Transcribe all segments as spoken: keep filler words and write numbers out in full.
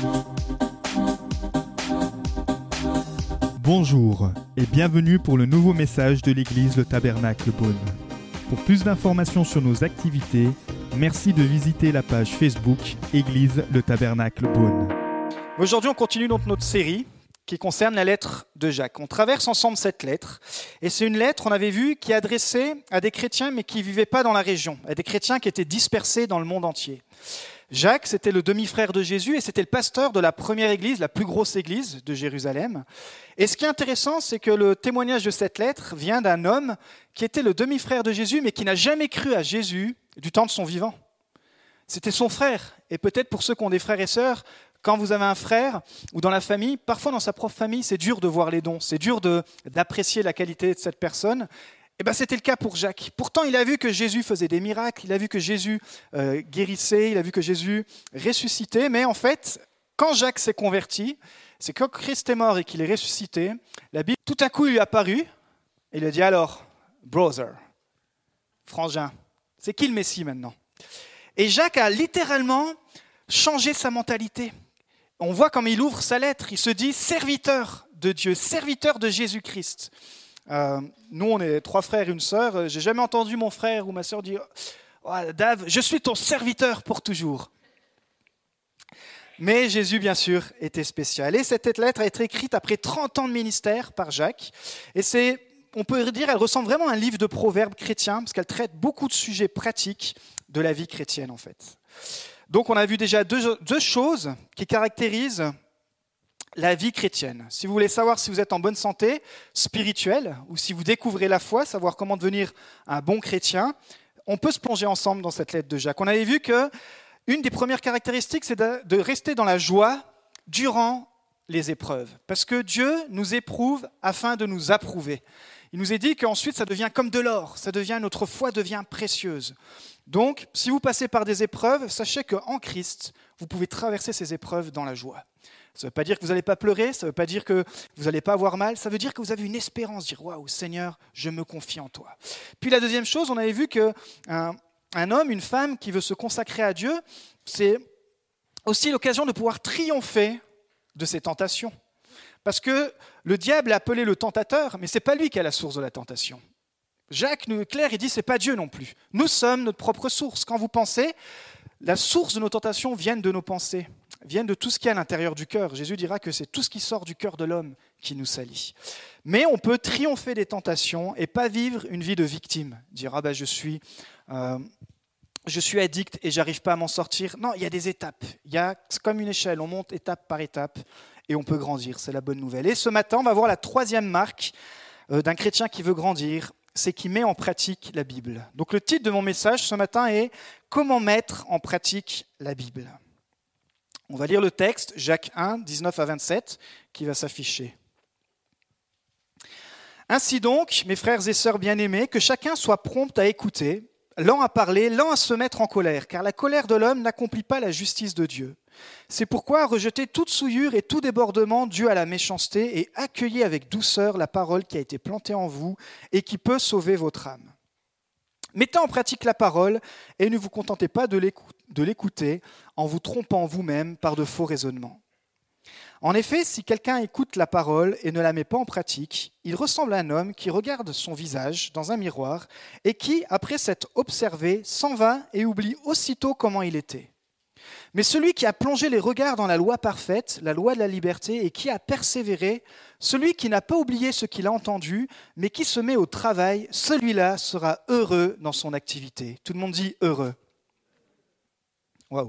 Bonjour et bienvenue pour le nouveau message de l'église Le Tabernacle Beaune. Pour plus d'informations sur nos activités, merci de visiter la page Facebook Église Le Tabernacle Beaune. Aujourd'hui, on continue donc notre série qui concerne la lettre de Jacques. On traverse ensemble cette lettre et c'est une lettre, on avait vu, qui est adressée à des chrétiens mais qui ne vivaient pas dans la région, à des chrétiens qui étaient dispersés dans le monde entier. Jacques, c'était le demi-frère de Jésus et c'était le pasteur de la première église, la plus grosse église de Jérusalem. Et ce qui est intéressant, c'est que le témoignage de cette lettre vient d'un homme qui était le demi-frère de Jésus, mais qui n'a jamais cru à Jésus du temps de son vivant. C'était son frère. Et peut-être pour ceux qui ont des frères et sœurs, quand vous avez un frère ou dans la famille, parfois dans sa propre famille, c'est dur de voir les dons, c'est dur de, d'apprécier la qualité de cette personne. Eh ben, c'était le cas pour Jacques. Pourtant, il a vu que Jésus faisait des miracles, il a vu que Jésus euh, guérissait, il a vu que Jésus ressuscitait. Mais en fait, quand Jacques s'est converti, c'est quand Christ est mort et qu'il est ressuscité, la Bible, tout à coup, il lui est apparu et il a dit « Alors, brother, frangin, c'est qui le Messie maintenant ?» Et Jacques a littéralement changé sa mentalité. On voit comme il ouvre sa lettre, il se dit « serviteur de Dieu, serviteur de Jésus-Christ ». Euh, nous, on est trois frères et une sœur. J'ai jamais entendu mon frère ou ma sœur dire oh, « Dave, je suis ton serviteur pour toujours ». Mais Jésus, bien sûr, était spécial. Et cette lettre a été écrite après trente ans de ministère par Jacques. Et c'est, on peut dire, elle ressemble vraiment à un livre de proverbes chrétiens parce qu'elle traite beaucoup de sujets pratiques de la vie chrétienne, en fait. Donc, on a vu déjà deux, deux choses qui caractérisent la vie chrétienne. Si vous voulez savoir si vous êtes en bonne santé spirituelle ou si vous découvrez la foi, savoir comment devenir un bon chrétien, on peut se plonger ensemble dans cette lettre de Jacques. On avait vu qu'une des premières caractéristiques, c'est de, de rester dans la joie durant les épreuves. Parce que Dieu nous éprouve afin de nous approuver. Il nous est dit qu'ensuite, ça devient comme de l'or. Ça devient, notre foi devient précieuse. Donc, si vous passez par des épreuves, sachez qu'en Christ, vous pouvez traverser ces épreuves dans la joie. Ça ne veut pas dire que vous n'allez pas pleurer, ça ne veut pas dire que vous n'allez pas avoir mal, ça veut dire que vous avez une espérance, dire « Waouh, Seigneur, je me confie en toi ». Puis la deuxième chose, on avait vu qu'un un homme, une femme qui veut se consacrer à Dieu, c'est aussi l'occasion de pouvoir triompher de ses tentations. Parce que le diable est appelé le tentateur, mais ce n'est pas lui qui est la source de la tentation. Jacques nous éclaire, il dit « ce n'est pas Dieu non plus ». Nous sommes notre propre source. Quand vous pensez, la source de nos tentations vient de nos pensées, viennent de tout ce qui est à l'intérieur du cœur. Jésus dira que c'est tout ce qui sort du cœur de l'homme qui nous salit. Mais on peut triompher des tentations et pas vivre une vie de victime. Dire « ah ben je suis, euh, je suis addict et j'arrive pas à m'en sortir ». Non, il y a des étapes. Il y a, c'est comme une échelle, on monte étape par étape et on peut grandir. C'est la bonne nouvelle. Et ce matin, on va voir la troisième marque euh, d'un chrétien qui veut grandir, c'est qu'il met en pratique la Bible. Donc le titre de mon message ce matin est « Comment mettre en pratique la Bible ?» On va lire le texte, Jacques un, dix-neuf à vingt-sept, qui va s'afficher. « Ainsi donc, mes frères et sœurs bien-aimés, que chacun soit prompt à écouter, lent à parler, lent à se mettre en colère, car la colère de l'homme n'accomplit pas la justice de Dieu. C'est pourquoi rejetez toute souillure et tout débordement dû à la méchanceté et accueillez avec douceur la parole qui a été plantée en vous et qui peut sauver votre âme. Mettez en pratique la parole et ne vous contentez pas de l'écouter en vous trompant vous-même par de faux raisonnements. En effet, si quelqu'un écoute la parole et ne la met pas en pratique, il ressemble à un homme qui regarde son visage dans un miroir et qui, après s'être observé, s'en va et oublie aussitôt comment il était. Mais celui qui a plongé les regards dans la loi parfaite, la loi de la liberté, et qui a persévéré, celui qui n'a pas oublié ce qu'il a entendu, mais qui se met au travail, celui-là sera heureux dans son activité. Tout le monde dit heureux. Waouh.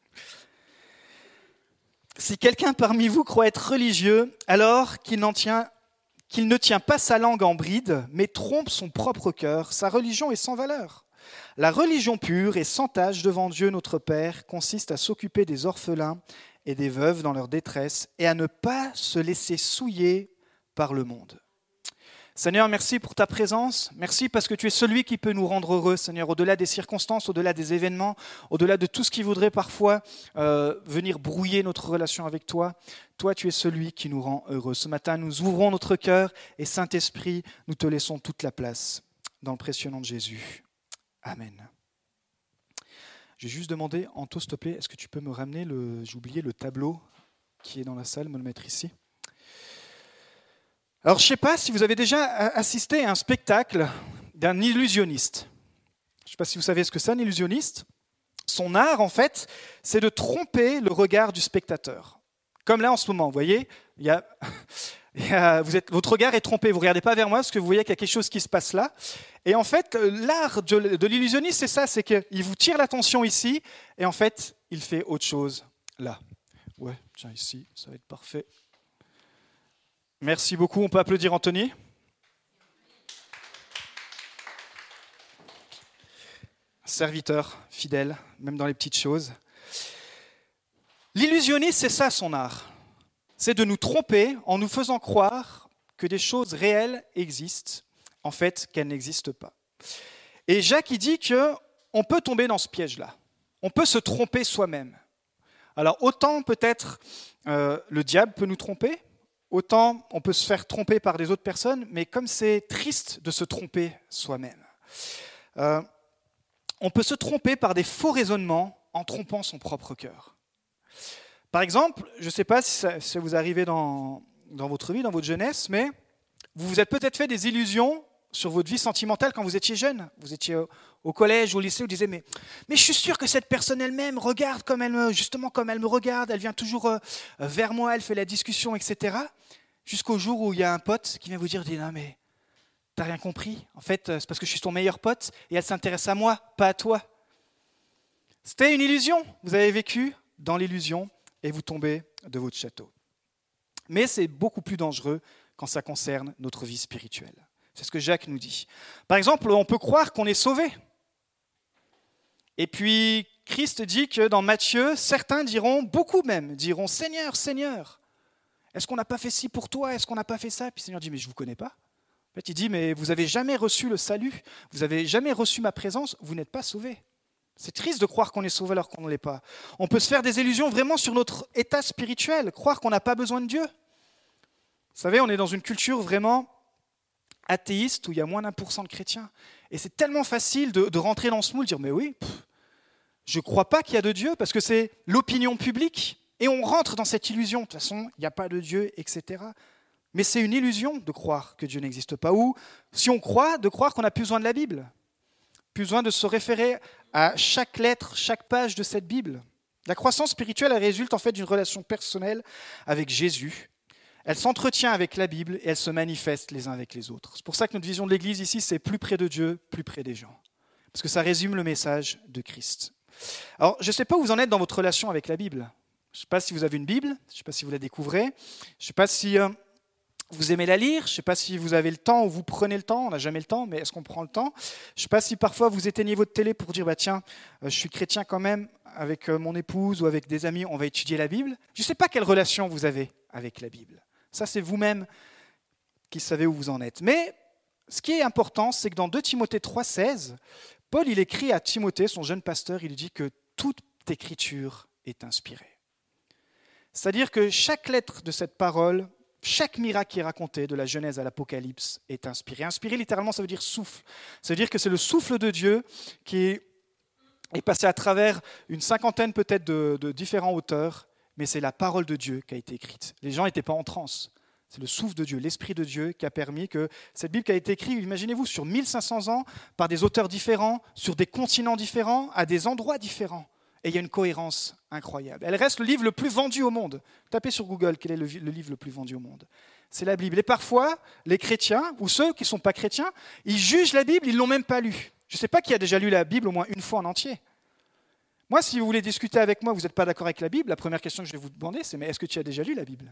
Si quelqu'un parmi vous croit être religieux, alors qu'il n'en tient, qu'il ne tient pas sa langue en bride, mais trompe son propre cœur, sa religion est sans valeur. La religion pure et sans tache devant Dieu notre Père consiste à s'occuper des orphelins et des veuves dans leur détresse et à ne pas se laisser souiller par le monde. Seigneur, merci pour ta présence. Merci parce que tu es celui qui peut nous rendre heureux, Seigneur, au-delà des circonstances, au-delà des événements, au-delà de tout ce qui voudrait parfois euh, venir brouiller notre relation avec toi. Toi, tu es celui qui nous rend heureux. Ce matin, nous ouvrons notre cœur et Saint-Esprit, nous te laissons toute la place. Dans le précieux nom de Jésus. Amen. Je vais juste demander, Anto, s'il te plaît, est-ce que tu peux me ramener le, j'ai oublié le tableau qui est dans la salle, me le mettre ici. Alors, je ne sais pas si vous avez déjà assisté à un spectacle d'un illusionniste. Je ne sais pas si vous savez ce que c'est un illusionniste. Son art, en fait, c'est de tromper le regard du spectateur. Comme là, en ce moment, vous voyez, il y a, il y a, vous êtes, votre regard est trompé. Vous ne regardez pas vers moi parce que vous voyez qu'il y a quelque chose qui se passe là. Et en fait, l'art de, de l'illusionniste, c'est ça, c'est qu'il vous tire l'attention ici et en fait, il fait autre chose là. Ouais, tiens, ici, ça va être parfait. Merci beaucoup. On peut applaudir Anthony. Serviteur, fidèle, même dans les petites choses. L'illusionniste, c'est ça son art. C'est de nous tromper en nous faisant croire que des choses réelles existent, en fait, qu'elles n'existent pas. Et Jacques, il dit qu'on peut tomber dans ce piège-là. On peut se tromper soi-même. Alors, autant peut-être euh, le diable peut nous tromper, autant on peut se faire tromper par des autres personnes, mais comme c'est triste de se tromper soi-même. Euh, on peut se tromper par des faux raisonnements en trompant son propre cœur. Par exemple, je ne sais pas si ça, si ça vous arrive dans, dans votre vie, dans votre jeunesse, mais vous vous êtes peut-être fait des illusions sur votre vie sentimentale quand vous étiez jeune. Vous étiez au, au collège, au lycée, vous disiez mais, mais je suis sûr que cette personne elle-même regarde comme elle me, justement comme elle me regarde, elle vient toujours euh, vers moi, elle fait la discussion, et cetera. Jusqu'au jour où il y a un pote qui vient vous dire, non mais t'as rien compris. En fait, c'est parce que je suis ton meilleur pote et elle s'intéresse à moi, pas à toi. C'était une illusion. Vous avez vécu dans l'illusion et vous tombez de votre château. Mais c'est beaucoup plus dangereux quand ça concerne notre vie spirituelle. C'est ce que Jacques nous dit. Par exemple, on peut croire qu'on est sauvé. Et puis, Christ dit que dans Matthieu, certains diront, beaucoup même, diront « Seigneur, Seigneur, est-ce qu'on n'a pas fait ci pour toi? Est-ce qu'on n'a pas fait ça ?» Puis le Seigneur dit « Mais je ne vous connais pas. » En fait, il dit « Mais vous n'avez jamais reçu le salut, vous n'avez jamais reçu ma présence, vous n'êtes pas sauvés. » C'est triste de croire qu'on est sauvé alors qu'on ne l'est pas. On peut se faire des illusions vraiment sur notre état spirituel, croire qu'on n'a pas besoin de Dieu. Vous savez, on est dans une culture vraiment athéiste où il y a moins d'un pour cent de chrétiens. Et c'est tellement facile de, de rentrer dans ce moule, de dire « Mais oui, pff, je ne crois pas qu'il y a de Dieu parce que c'est l'opinion publique. » Et on rentre dans cette illusion. De toute façon, il n'y a pas de Dieu, et cetera. Mais c'est une illusion de croire que Dieu n'existe pas. Ou si on croit, de croire qu'on n'a plus besoin de la Bible. Plus besoin de se référer à chaque lettre, chaque page de cette Bible. La croissance spirituelle, elle résulte en fait d'une relation personnelle avec Jésus. Elle s'entretient avec la Bible et elle se manifeste les uns avec les autres. C'est pour ça que notre vision de l'Église ici, c'est plus près de Dieu, plus près des gens. Parce que ça résume le message de Christ. Alors, je ne sais pas où vous en êtes dans votre relation avec la Bible. Je ne sais pas si vous avez une Bible, je ne sais pas si vous la découvrez, je ne sais pas si euh, vous aimez la lire, je ne sais pas si vous avez le temps ou vous prenez le temps, on n'a jamais le temps, mais est-ce qu'on prend le temps? Je ne sais pas si parfois vous éteignez votre télé pour dire bah, « tiens, euh, je suis chrétien quand même, avec euh, mon épouse ou avec des amis, on va étudier la Bible ». Je ne sais pas quelle relation vous avez avec la Bible. Ça, c'est vous-même qui savez où vous en êtes. Mais ce qui est important, c'est que dans deux Timothée trois, seize, Paul il écrit à Timothée, son jeune pasteur, il dit que toute écriture est inspirée. C'est-à-dire que chaque lettre de cette parole, chaque miracle qui est raconté, de la Genèse à l'Apocalypse, est inspiré. Inspiré, littéralement, ça veut dire souffle. Ça veut dire que c'est le souffle de Dieu qui est, est passé à travers une cinquantaine peut-être de, de différents auteurs, mais c'est la parole de Dieu qui a été écrite. Les gens n'étaient pas en transe. C'est le souffle de Dieu, l'Esprit de Dieu qui a permis que cette Bible qui a été écrite, imaginez-vous, sur mille cinq cents ans, par des auteurs différents, sur des continents différents, à des endroits différents. Et il y a une cohérence incroyable. Elle reste le livre le plus vendu au monde. Tapez sur Google quel est le, le livre le plus vendu au monde. C'est la Bible. Et parfois, les chrétiens, ou ceux qui ne sont pas chrétiens, ils jugent la Bible, ils ne l'ont même pas lue. Je ne sais pas qui a déjà lu la Bible au moins une fois en entier. Moi, si vous voulez discuter avec moi, vous n'êtes pas d'accord avec la Bible, la première question que je vais vous demander, c'est mais est-ce que tu as déjà lu la Bible?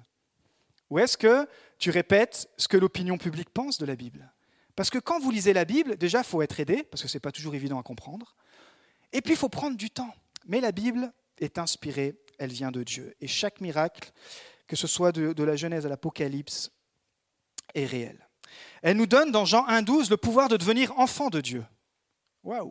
Ou est-ce que tu répètes ce que l'opinion publique pense de la Bible? Parce que quand vous lisez la Bible, déjà, il faut être aidé, parce que ce n'est pas toujours évident à comprendre. Et puis, il faut prendre du temps. Mais la Bible est inspirée, elle vient de Dieu. Et chaque miracle, que ce soit de, de la Genèse à l'Apocalypse, est réel. Elle nous donne dans Jean un douze le pouvoir de devenir enfant de Dieu. Waouh!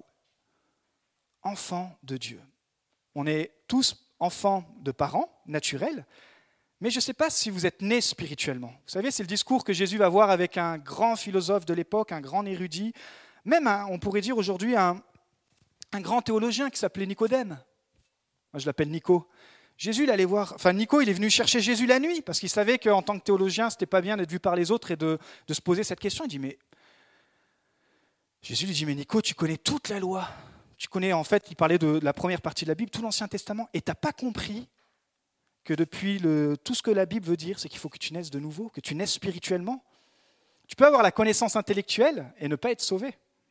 Enfant de Dieu. On est tous enfants de parents naturels, mais je ne sais pas si vous êtes nés spirituellement. Vous savez, c'est le discours que Jésus va avoir avec un grand philosophe de l'époque, un grand érudit, même un, on pourrait dire aujourd'hui un, un grand théologien qui s'appelait Nicodème. Moi, je l'appelle Nico. Jésus, il allait voir, enfin Nico, il est venu chercher Jésus la nuit parce qu'il savait qu'en tant que théologien, c'était pas bien d'être vu par les autres et de, de se poser cette question. Il dit, mais Jésus lui dit, mais Nico, tu connais toute la loi. Tu connais, en fait, il parlait de la première partie de la Bible, tout l'Ancien Testament, et tu n'as pas compris que depuis le, tout ce que la Bible veut dire, c'est qu'il faut que tu naisses de nouveau, que tu naisses spirituellement. Tu peux avoir la connaissance intellectuelle et ne pas être sauvé.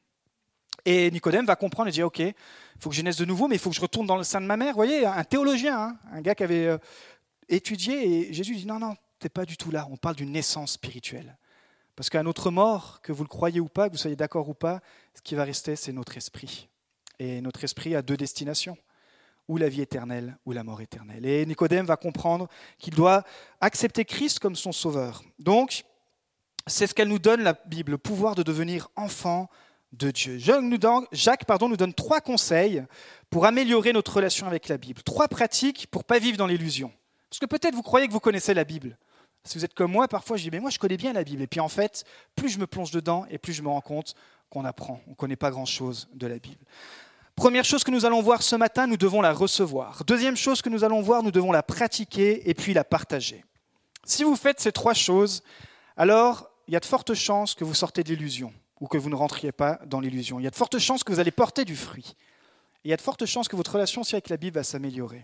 Et Nicodème va comprendre et dire, ok, il faut que je naisse de nouveau, mais il faut que je retourne dans le sein de ma mère. Vous voyez, un théologien, hein, un gars qui avait euh, étudié, et Jésus dit, non, non, tu n'es pas du tout là, on parle d'une naissance spirituelle. Parce qu'à notre mort, que vous le croyez ou pas, que vous soyez d'accord ou pas, ce qui va rester, c'est notre esprit. Et notre esprit a deux destinations, ou la vie éternelle, ou la mort éternelle. Et Nicodème va comprendre qu'il doit accepter Christ comme son sauveur. Donc, c'est ce qu'elle nous donne, la Bible, le pouvoir de devenir enfant de Dieu. Jacques, nous donne, Jacques pardon, nous donne trois conseils pour améliorer notre relation avec la Bible. Trois pratiques pour ne pas vivre dans l'illusion. Parce que peut-être vous croyez que vous connaissez la Bible. Si vous êtes comme moi, parfois je dis, mais moi je connais bien la Bible. Et puis en fait, plus je me plonge dedans et plus je me rends compte qu'on apprend. On ne connaît pas grand-chose de la Bible. Première chose que nous allons voir ce matin, nous devons la recevoir. Deuxième chose que nous allons voir, nous devons la pratiquer et puis la partager. Si vous faites ces trois choses, alors il y a de fortes chances que vous sortez de l'illusion ou que vous ne rentriez pas dans l'illusion. Il y a de fortes chances que vous allez porter du fruit. Et il y a de fortes chances que votre relation aussi avec la Bible va s'améliorer.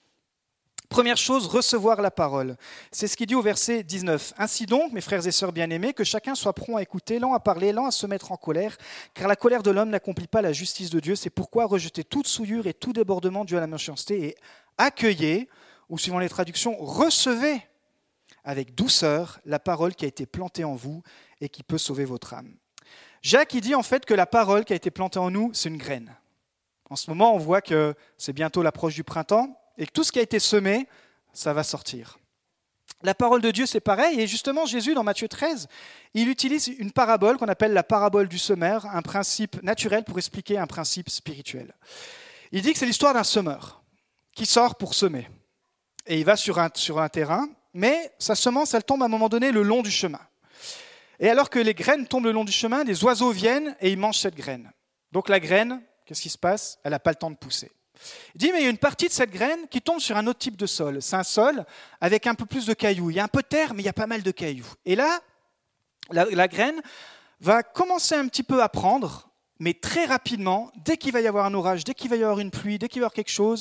Première chose, recevoir la parole. C'est ce qu'il dit au verset dix-neuf. « Ainsi donc, mes frères et sœurs bien-aimés, que chacun soit prompt à écouter, lent à parler, lent à se mettre en colère, car la colère de l'homme n'accomplit pas la justice de Dieu. C'est pourquoi rejetez toute souillure et tout débordement dû à la méchanceté et accueillez, ou suivant les traductions, recevez avec douceur la parole qui a été plantée en vous et qui peut sauver votre âme. » Jacques, il dit en fait que la parole qui a été plantée en nous, c'est une graine. En ce moment, on voit que c'est bientôt l'approche du printemps, et que tout ce qui a été semé, ça va sortir. La parole de Dieu, c'est pareil. Et justement, Jésus, dans Matthieu treize, il utilise une parabole qu'on appelle la parabole du semeur, un principe naturel pour expliquer un principe spirituel. Il dit que c'est l'histoire d'un semeur qui sort pour semer. Et il va sur un, sur un terrain, mais sa semence, elle tombe à un moment donné le long du chemin. Et alors que les graines tombent le long du chemin, des oiseaux viennent et ils mangent cette graine. Donc la graine, qu'est-ce qui se passe ? Elle n'a pas le temps de pousser. Il dit, mais il y a une partie de cette graine qui tombe sur un autre type de sol. C'est un sol avec un peu plus de cailloux. Il y a un peu de terre, mais il y a pas mal de cailloux. Et là, la, la graine va commencer un petit peu à prendre, mais très rapidement, dès qu'il va y avoir un orage, dès qu'il va y avoir une pluie, dès qu'il va y avoir quelque chose,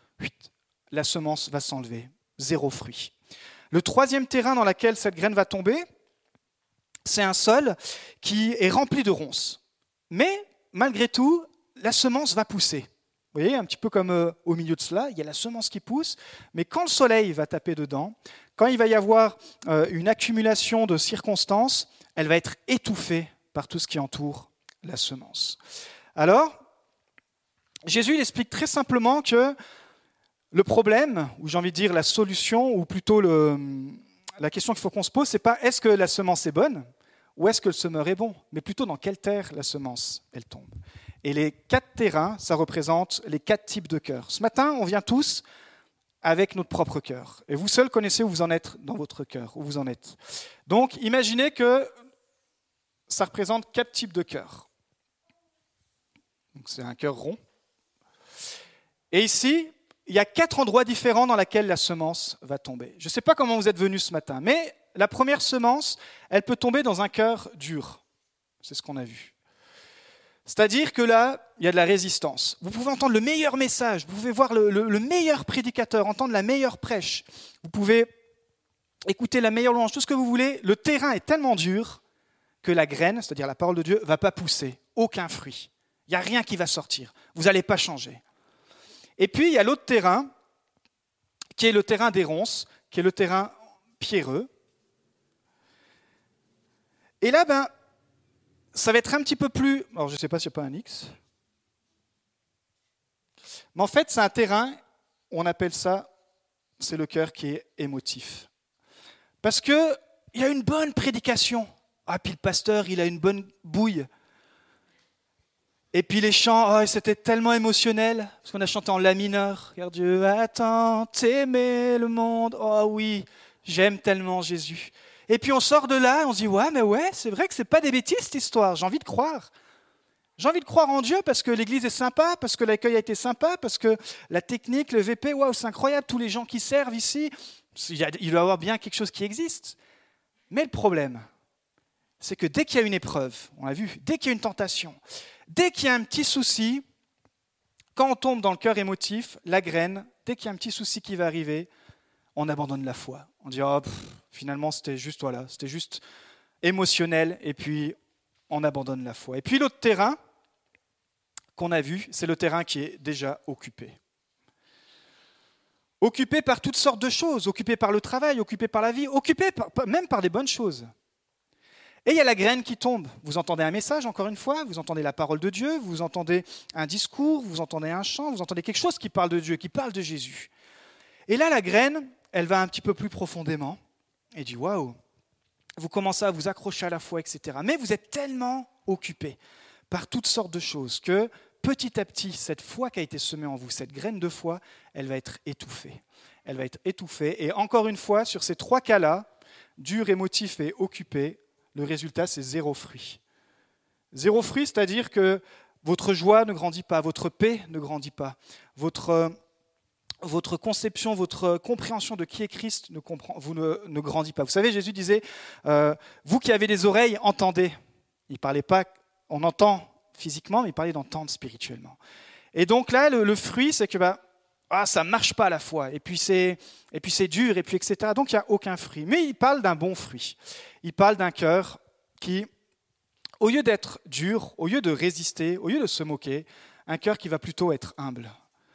la semence va s'enlever. Zéro fruit. Le troisième terrain dans lequel cette graine va tomber, c'est un sol qui est rempli de ronces. Mais, malgré tout, la semence va pousser. Vous voyez, un petit peu comme euh, au milieu de cela, il y a la semence qui pousse, mais quand le soleil va taper dedans, quand il va y avoir euh, une accumulation de circonstances, elle va être étouffée par tout ce qui entoure la semence. Alors, Jésus il explique très simplement que le problème, ou j'ai envie de dire la solution, ou plutôt le, la question qu'il faut qu'on se pose, c'est pas est-ce que la semence est bonne, ou est-ce que le semeur est bon, mais plutôt dans quelle terre la semence elle tombe. Et les quatre terrains, ça représente les quatre types de cœurs. Ce matin, on vient tous avec notre propre cœur. Et vous seuls connaissez où vous en êtes dans votre cœur, où vous en êtes. Donc, imaginez que ça représente quatre types de cœurs. Donc, c'est un cœur rond. Et ici, il y a quatre endroits différents dans lesquels la semence va tomber. Je ne sais pas comment vous êtes venus ce matin, mais la première semence, elle peut tomber dans un cœur dur. C'est ce qu'on a vu. C'est-à-dire que là, il y a de la résistance. Vous pouvez entendre le meilleur message, vous pouvez voir le, le, le meilleur prédicateur, entendre la meilleure prêche, vous pouvez écouter la meilleure louange, tout ce que vous voulez. Le terrain est tellement dur que la graine, c'est-à-dire la parole de Dieu, ne va pas pousser, aucun fruit. Il n'y a rien qui va sortir, vous n'allez pas changer. Et puis, il y a l'autre terrain, qui est le terrain des ronces, qui est le terrain pierreux. Et là, ben, ça va être un petit peu plus... Alors, je ne sais pas s'il n'y a pas un X. Mais en fait, c'est un terrain, on appelle ça, c'est le cœur qui est émotif. Parce qu'il y a une bonne prédication. Ah, puis le pasteur, il a une bonne bouille. Et puis les chants, oh, c'était tellement émotionnel, parce qu'on a chanté en la mineur. Car Dieu a tant aimé le monde. Oh oui, j'aime tellement Jésus. Et puis on sort de là, on se dit, ouais, mais ouais, c'est vrai que c'est pas des bêtises cette histoire, j'ai envie de croire. J'ai envie de croire en Dieu parce que l'église est sympa, parce que l'accueil a été sympa, parce que la technique, le V P, waouh, c'est incroyable, tous les gens qui servent ici, il doit y avoir bien quelque chose qui existe. Mais le problème, c'est que dès qu'il y a une épreuve, on l'a vu, dès qu'il y a une tentation, dès qu'il y a un petit souci, quand on tombe dans le cœur émotif, la graine, dès qu'il y a un petit souci qui va arriver, on abandonne la foi. On dit, oh, pff, finalement, c'était juste, voilà, c'était juste émotionnel, et puis on abandonne la foi. Et puis l'autre terrain qu'on a vu, c'est le terrain qui est déjà occupé. Occupé par toutes sortes de choses, occupé par le travail, occupé par la vie, occupé par, même par des bonnes choses. Et il y a la graine qui tombe. Vous entendez un message, encore une fois, vous entendez la parole de Dieu, vous entendez un discours, vous entendez un chant, vous entendez quelque chose qui parle de Dieu, qui parle de Jésus. Et là, la graine, elle va un petit peu plus profondément et dit « Waouh !» Vous commencez à vous accrocher à la foi, et cetera. Mais vous êtes tellement occupé par toutes sortes de choses que petit à petit, cette foi qui a été semée en vous, cette graine de foi, elle va être étouffée. Elle va être étouffée. Et encore une fois, sur ces trois cas-là, dur, émotif et occupé, le résultat, c'est zéro fruit. Zéro fruit, c'est-à-dire que votre joie ne grandit pas, votre paix ne grandit pas, votre, votre conception, votre compréhension de qui est Christ ne, comprend, vous ne, ne grandit pas. Vous savez, Jésus disait, euh, vous qui avez des oreilles, entendez. Il ne parlait pas, on entend physiquement, mais il parlait d'entendre spirituellement. Et donc là, le, le fruit, c'est que bah, ah, ça ne marche pas à la fois, et puis c'est, et puis c'est dur, et puis et cetera. Donc il n'y a aucun fruit. Mais il parle d'un bon fruit. Il parle d'un cœur qui, au lieu d'être dur, au lieu de résister, au lieu de se moquer, un cœur qui va plutôt être humble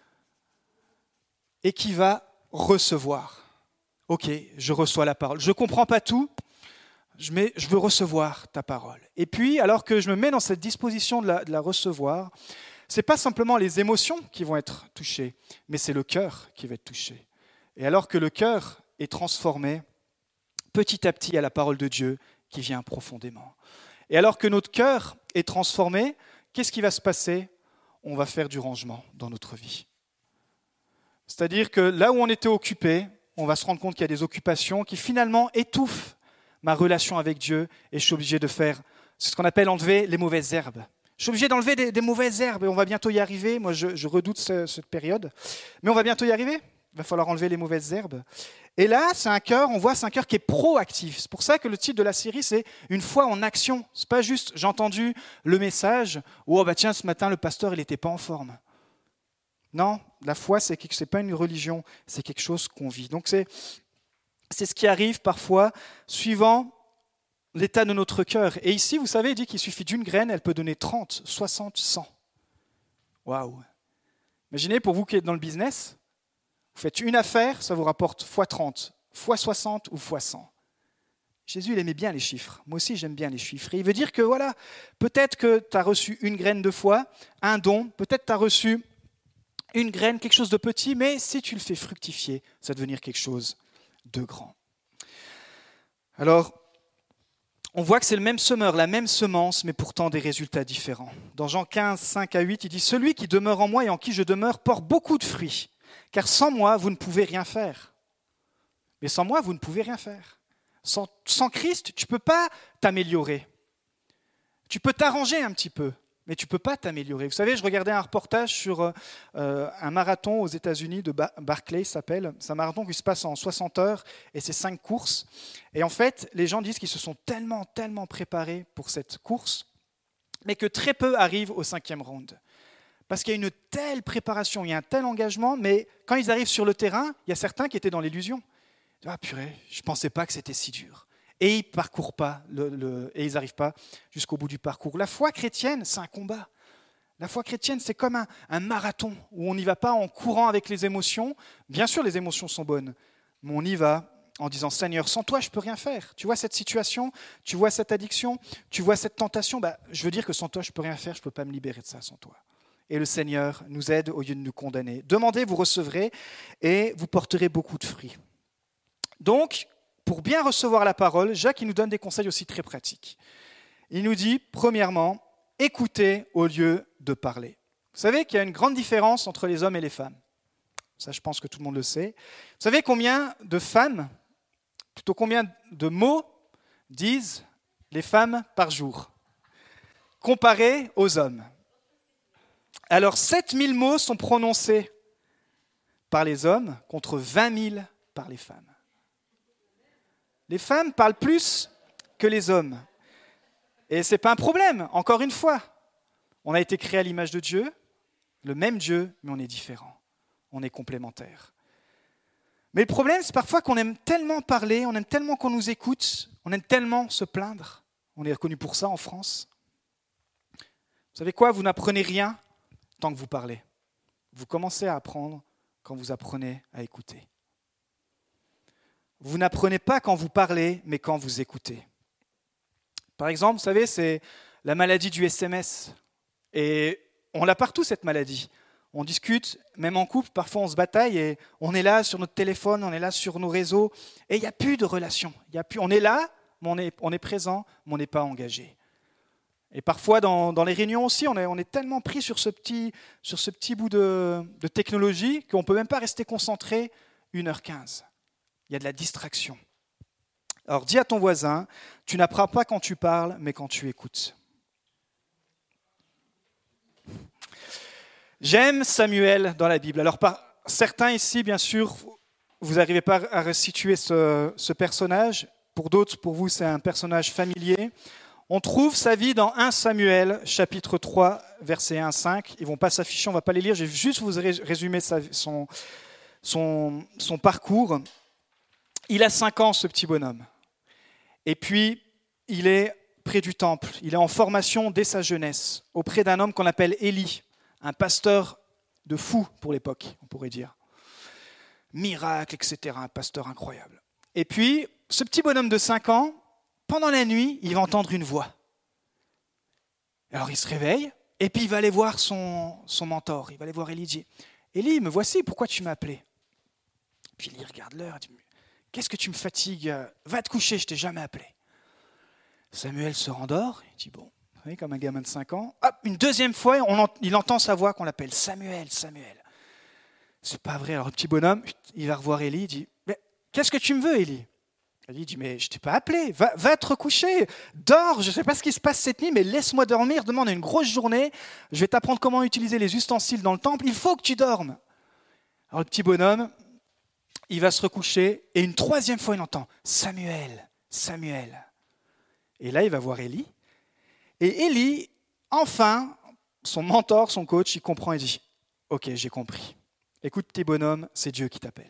et qui va recevoir. Ok, je reçois la parole. Je ne comprends pas tout, mais je veux recevoir ta parole. Et puis, alors que je me mets dans cette disposition de la, de la recevoir, ce n'est pas simplement les émotions qui vont être touchées, mais c'est le cœur qui va être touché. Et alors que le cœur est transformé, petit à petit, il y a la parole de Dieu qui vient profondément. Et alors que notre cœur est transformé, qu'est-ce qui va se passer ? On va faire du rangement dans notre vie. C'est-à-dire que là où on était occupé, on va se rendre compte qu'il y a des occupations qui finalement étouffent ma relation avec Dieu et je suis obligé de faire, c'est ce qu'on appelle enlever les mauvaises herbes. Je suis obligé d'enlever des, des mauvaises herbes et on va bientôt y arriver. Moi, je, je redoute ce, cette période. Mais on va bientôt y arriver. Il va falloir enlever les mauvaises herbes. Et là, c'est un cœur, on voit, c'est un cœur qui est proactif. C'est pour ça que le titre de la série, c'est « Une foi en action ». Ce n'est pas juste « j'ai entendu le message » ou « oh bah tiens, ce matin, le pasteur, il n'était pas en forme ». Non, la foi, ce n'est pas une religion, c'est quelque chose qu'on vit. Donc c'est, c'est ce qui arrive parfois, suivant l'état de notre cœur. Et ici, vous savez, il dit qu'il suffit d'une graine, elle peut donner trente, soixante, cent. Waouh! Imaginez, pour vous qui êtes dans le business, vous faites une affaire, ça vous rapporte fois trente, fois soixante ou fois cent. Jésus, il aimait bien les chiffres. Moi aussi, j'aime bien les chiffres. Et il veut dire que, voilà, peut-être que tu as reçu une graine de foi, un don, peut-être tu as reçu une graine, quelque chose de petit, mais si tu le fais fructifier, ça va devenir quelque chose de grand. Alors, on voit que c'est le même semeur, la même semence, mais pourtant des résultats différents. Dans Jean quinze, cinq à huit, il dit « Celui qui demeure en moi et en qui je demeure porte beaucoup de fruits, car sans moi, vous ne pouvez rien faire. » Mais sans moi, vous ne pouvez rien faire. Sans, sans Christ, tu ne peux pas t'améliorer. Tu peux t'arranger un petit peu, mais tu ne peux pas t'améliorer. Vous savez, je regardais un reportage sur euh, un marathon aux États-Unis de Bar- Barclay, s'appelle. C'est un marathon qui se passe en soixante heures et c'est cinq courses. Et en fait, les gens disent qu'ils se sont tellement, tellement préparés pour cette course, mais que très peu arrivent au cinquième round. Parce qu'il y a une telle préparation, il y a un tel engagement, mais quand ils arrivent sur le terrain, il y a certains qui étaient dans l'illusion. Ah purée, je ne pensais pas que c'était si dur. Et ils parcourent pas, le, le, et ils n'arrivent pas jusqu'au bout du parcours. La foi chrétienne, c'est un combat. La foi chrétienne, c'est comme un, un marathon où on n'y va pas en courant avec les émotions. Bien sûr, les émotions sont bonnes, mais on y va en disant « Seigneur, sans toi, je ne peux rien faire. Tu vois cette situation, tu vois cette addiction, tu vois cette tentation. Bah, je veux dire que sans toi, je ne peux rien faire, je ne peux pas me libérer de ça sans toi. » Et le Seigneur nous aide au lieu de nous condamner. Demandez, vous recevrez et vous porterez beaucoup de fruits. Donc, pour bien recevoir la parole, Jacques il nous donne des conseils aussi très pratiques. Il nous dit, premièrement, écoutez au lieu de parler. Vous savez qu'il y a une grande différence entre les hommes et les femmes. Ça, je pense que tout le monde le sait. Vous savez combien de femmes, plutôt combien de mots disent les femmes par jour ? comparé aux hommes. Alors, sept mille mots sont prononcés par les hommes contre vingt mille par les femmes. Les femmes parlent plus que les hommes. Et ce n'est pas un problème, encore une fois. On a été créé à l'image de Dieu, le même Dieu, mais on est différents. On est complémentaires. Mais le problème, c'est parfois qu'on aime tellement parler, on aime tellement qu'on nous écoute, on aime tellement se plaindre. On est reconnu pour ça en France. Vous savez quoi ? Vous n'apprenez rien tant que vous parlez. Vous commencez à apprendre quand vous apprenez à écouter. Vous n'apprenez pas quand vous parlez, mais quand vous écoutez. Par exemple, vous savez, c'est la maladie du S M S. Et on l'a partout, cette maladie. On discute, même en couple, parfois on se bataille et on est là sur notre téléphone, on est là sur nos réseaux et il n'y a plus de relation. Il y a plus, on est là, mais on est, on est présent, mais on n'est pas engagé. Et parfois, dans, dans les réunions aussi, on est, on est tellement pris sur ce petit, sur ce petit bout de, de technologie qu'on ne peut même pas rester concentré une heure quinze. Il y a de la distraction. Alors dis à ton voisin, tu n'apprends pas quand tu parles, mais quand tu écoutes. J'aime Samuel dans la Bible. Alors, par, certains ici, bien sûr, vous n'arrivez pas à resituer ce, ce personnage. Pour d'autres, pour vous, c'est un personnage familier. On trouve sa vie dans premier Samuel, chapitre trois, versets un à cinq. Ils ne vont pas s'afficher, on ne va pas les lire. Je vais juste vous résumer sa, son, son, son parcours. Il a cinq ans, ce petit bonhomme. Et puis, il est près du temple. Il est en formation dès sa jeunesse, auprès d'un homme qu'on appelle Élie. Un pasteur de fou pour l'époque, on pourrait dire. Miracle, et cetera. Un pasteur incroyable. Et puis, ce petit bonhomme de cinq ans, pendant la nuit, il va entendre une voix. Alors il se réveille, et puis il va aller voir son, son mentor. Il va aller voir Élie. Il dit, Élie, me voici, pourquoi tu m'as appelé ? Puis Élie regarde l'heure, il dit, qu'est-ce que tu me fatigues ? Va te coucher, je ne t'ai jamais appelé. Samuel se rendort, il dit, bon, vous voyez, comme un gamin de cinq ans. Hop, une deuxième fois, on ent- il entend sa voix qu'on l'appelle Samuel, Samuel. C'est pas vrai. Alors le petit bonhomme, il va revoir Élie, il dit, mais qu'est-ce que tu me veux, Élie ? Élie dit, mais je ne t'ai pas appelé, va, va te recoucher, dors, je ne sais pas ce qui se passe cette nuit, mais laisse-moi dormir, demande une grosse journée, je vais t'apprendre comment utiliser les ustensiles dans le temple, il faut que tu dormes. Alors le petit bonhomme, il va se recoucher, et une troisième fois, il entend Samuel, Samuel. Et là, il va voir Élie. Et Élie, enfin, son mentor, son coach, il comprend et dit « Ok, j'ai compris. Écoute, petit bonhomme, c'est Dieu qui t'appelle. »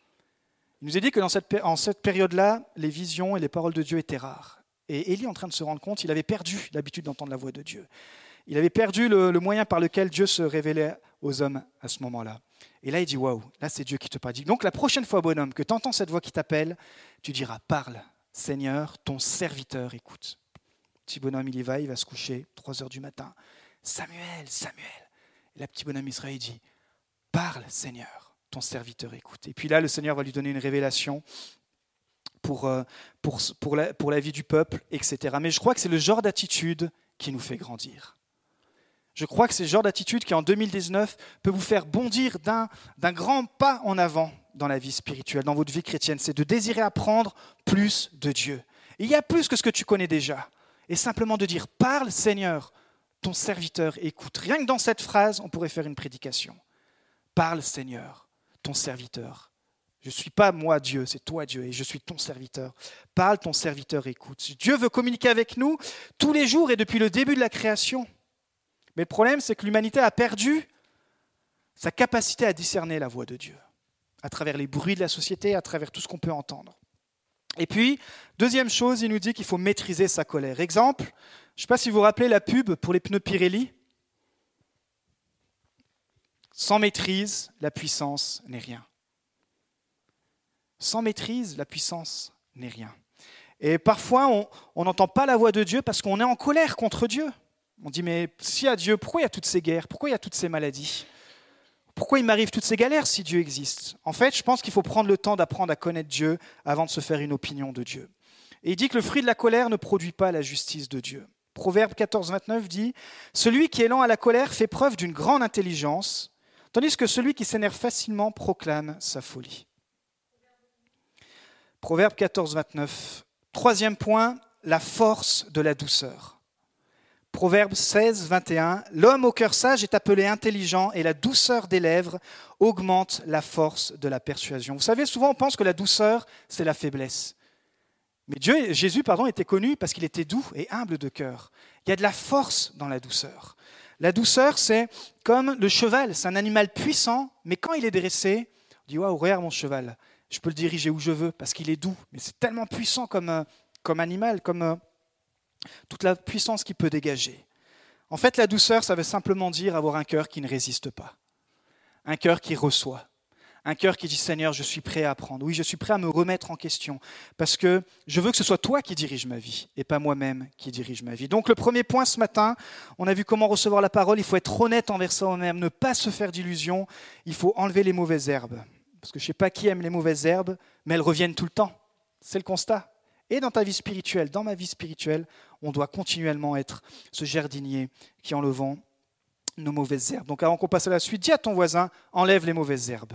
Il nous a dit que dans cette, en cette période-là, les visions et les paroles de Dieu étaient rares. Et Élie, en train de se rendre compte, il avait perdu l'habitude d'entendre la voix de Dieu. Il avait perdu le, le moyen par lequel Dieu se révélait aux hommes à ce moment-là. Et là, il dit « Waouh, là, c'est Dieu qui te parle. » Donc, la prochaine fois, bonhomme, que tu entends cette voix qui t'appelle, tu diras « Parle, Seigneur, ton serviteur écoute. » Petit bonhomme, il y va, il va se coucher, trois heures du matin. « Samuel, Samuel !» Et là, petit bonhomme Israël dit « Parle, Seigneur, ton serviteur écoute. » Et puis là, le Seigneur va lui donner une révélation pour, pour, pour, la, pour la vie du peuple, et cetera. Mais je crois que c'est le genre d'attitude qui nous fait grandir. Je crois que c'est le genre d'attitude qui, en deux mille dix-neuf, peut vous faire bondir d'un, d'un grand pas en avant dans la vie spirituelle, dans votre vie chrétienne. C'est de désirer apprendre plus de Dieu. Et il y a plus que ce que tu connais déjà. Et simplement de dire « Parle, Seigneur, ton serviteur écoute ». Rien que dans cette phrase, on pourrait faire une prédication. « Parle, Seigneur, ton serviteur. Je ne suis pas moi Dieu, c'est toi Dieu, et je suis ton serviteur. Parle, ton serviteur écoute ». Dieu veut communiquer avec nous tous les jours et depuis le début de la création. Mais le problème, c'est que l'humanité a perdu sa capacité à discerner la voix de Dieu, à travers les bruits de la société, à travers tout ce qu'on peut entendre. Et puis, deuxième chose, il nous dit qu'il faut maîtriser sa colère. Exemple, je ne sais pas si vous vous rappelez la pub pour les pneus Pirelli. Sans maîtrise, la puissance n'est rien. Sans maîtrise, la puissance n'est rien. Et parfois, on n'entend pas la voix de Dieu parce qu'on est en colère contre Dieu. On dit, mais s'il y a Dieu, pourquoi il y a toutes ces guerres ? Pourquoi il y a toutes ces maladies ? Pourquoi il m'arrive toutes ces galères si Dieu existe ? En fait, je pense qu'il faut prendre le temps d'apprendre à connaître Dieu avant de se faire une opinion de Dieu. Et il dit que le fruit de la colère ne produit pas la justice de Dieu. Proverbe quatorze, vingt-neuf dit « Celui qui est lent à la colère fait preuve d'une grande intelligence, tandis que celui qui s'énerve facilement proclame sa folie. » Proverbe quatorze, vingt-neuf. Troisième point, la force de la douceur. Proverbe seize, vingt et un. L'homme au cœur sage est appelé intelligent et la douceur des lèvres augmente la force de la persuasion. Vous savez, souvent on pense que la douceur, c'est la faiblesse. Mais Dieu, Jésus pardon, était connu parce qu'il était doux et humble de cœur. Il y a de la force dans la douceur. La douceur, c'est comme le cheval. C'est un animal puissant, mais quand il est dressé, on dit « Waouh, regarde mon cheval, je peux le diriger où je veux parce qu'il est doux. » Mais c'est tellement puissant comme, comme animal, comme toute la puissance qu'il peut dégager. En fait, la douceur, ça veut simplement dire avoir un cœur qui ne résiste pas. Un cœur qui reçoit. Un cœur qui dit « Seigneur, je suis prêt à apprendre. Oui, je suis prêt à me remettre en question parce que je veux que ce soit toi qui dirige ma vie et pas moi-même qui dirige ma vie. » Donc le premier point ce matin, on a vu comment recevoir la parole. Il faut être honnête envers soi-même, ne pas se faire d'illusions. Il faut enlever les mauvaises herbes. Parce que je ne sais pas qui aime les mauvaises herbes, mais elles reviennent tout le temps. C'est le constat. Et dans ta vie spirituelle, dans ma vie spirituelle, on doit continuellement être ce jardinier qui enlevant nos mauvaises herbes. Donc avant qu'on passe à la suite, dis à ton voisin, enlève les mauvaises herbes.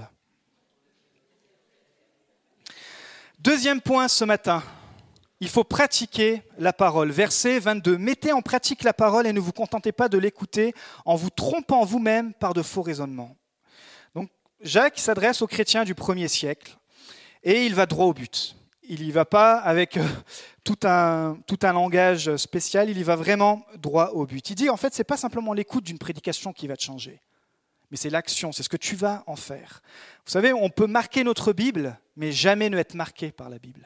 Deuxième point ce matin, il faut pratiquer la parole. Verset vingt-deux, mettez en pratique la parole et ne vous contentez pas de l'écouter en vous trompant vous-même par de faux raisonnements. Donc Jacques s'adresse aux chrétiens du premier siècle et il va droit au but. Il n'y va pas avec tout un, tout un langage spécial, il y va vraiment droit au but. Il dit en fait, ce n'est pas simplement l'écoute d'une prédication qui va te changer, mais c'est l'action, c'est ce que tu vas en faire. Vous savez, on peut marquer notre Bible, mais jamais ne être marqué par la Bible.